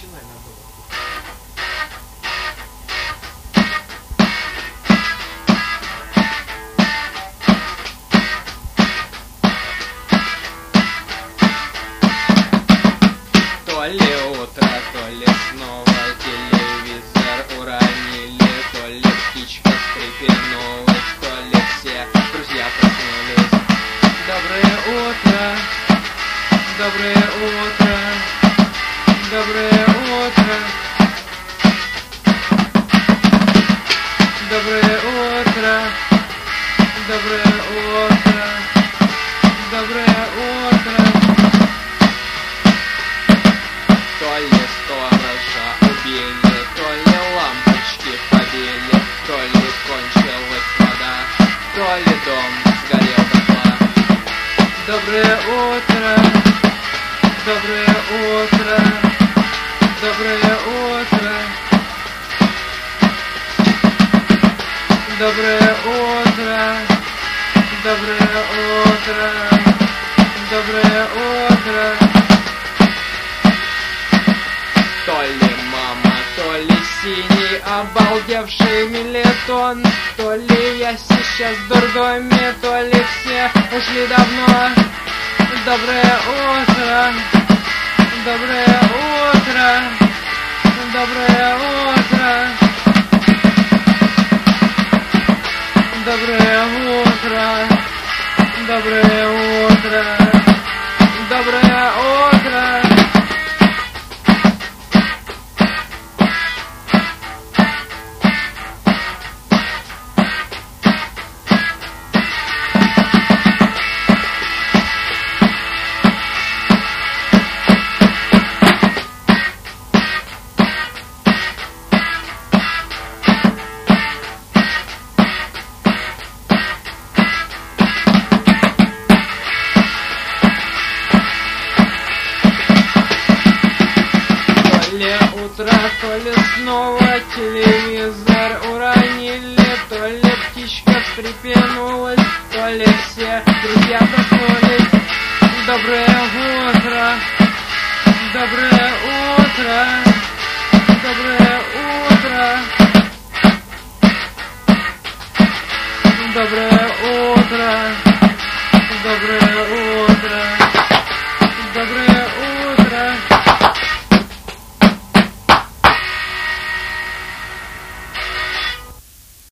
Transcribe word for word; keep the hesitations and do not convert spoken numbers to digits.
Начинай на то. То ли утро, то ли снова телевизор уронили, то ли птичка встрепенулась, то ли все друзья проснулись. Доброе утро, доброе утро, доброе утро, доброе утро, доброе утро, доброе утро. То ли сторожа убили, то ли лампочки побили, то ли кончилась вода, то ли дом сгорел дотла. Доброе утро, доброе утро, доброе утро, доброе утро, доброе утро, доброе утро. То ли мама, то ли синий обалдевший миллетон, то ли я сейчас в дурдоме, то ли все ушли давно. Доброе утро, доброе утро, доброе утро, доброе утро, доброе утро, доброе утро. То ли утро, то ли снова телевизор уронили, то ли птичка встрепенулась, то ли все друзья проснулись. Доброе утро, доброе утро, доброе утро, доброе утро.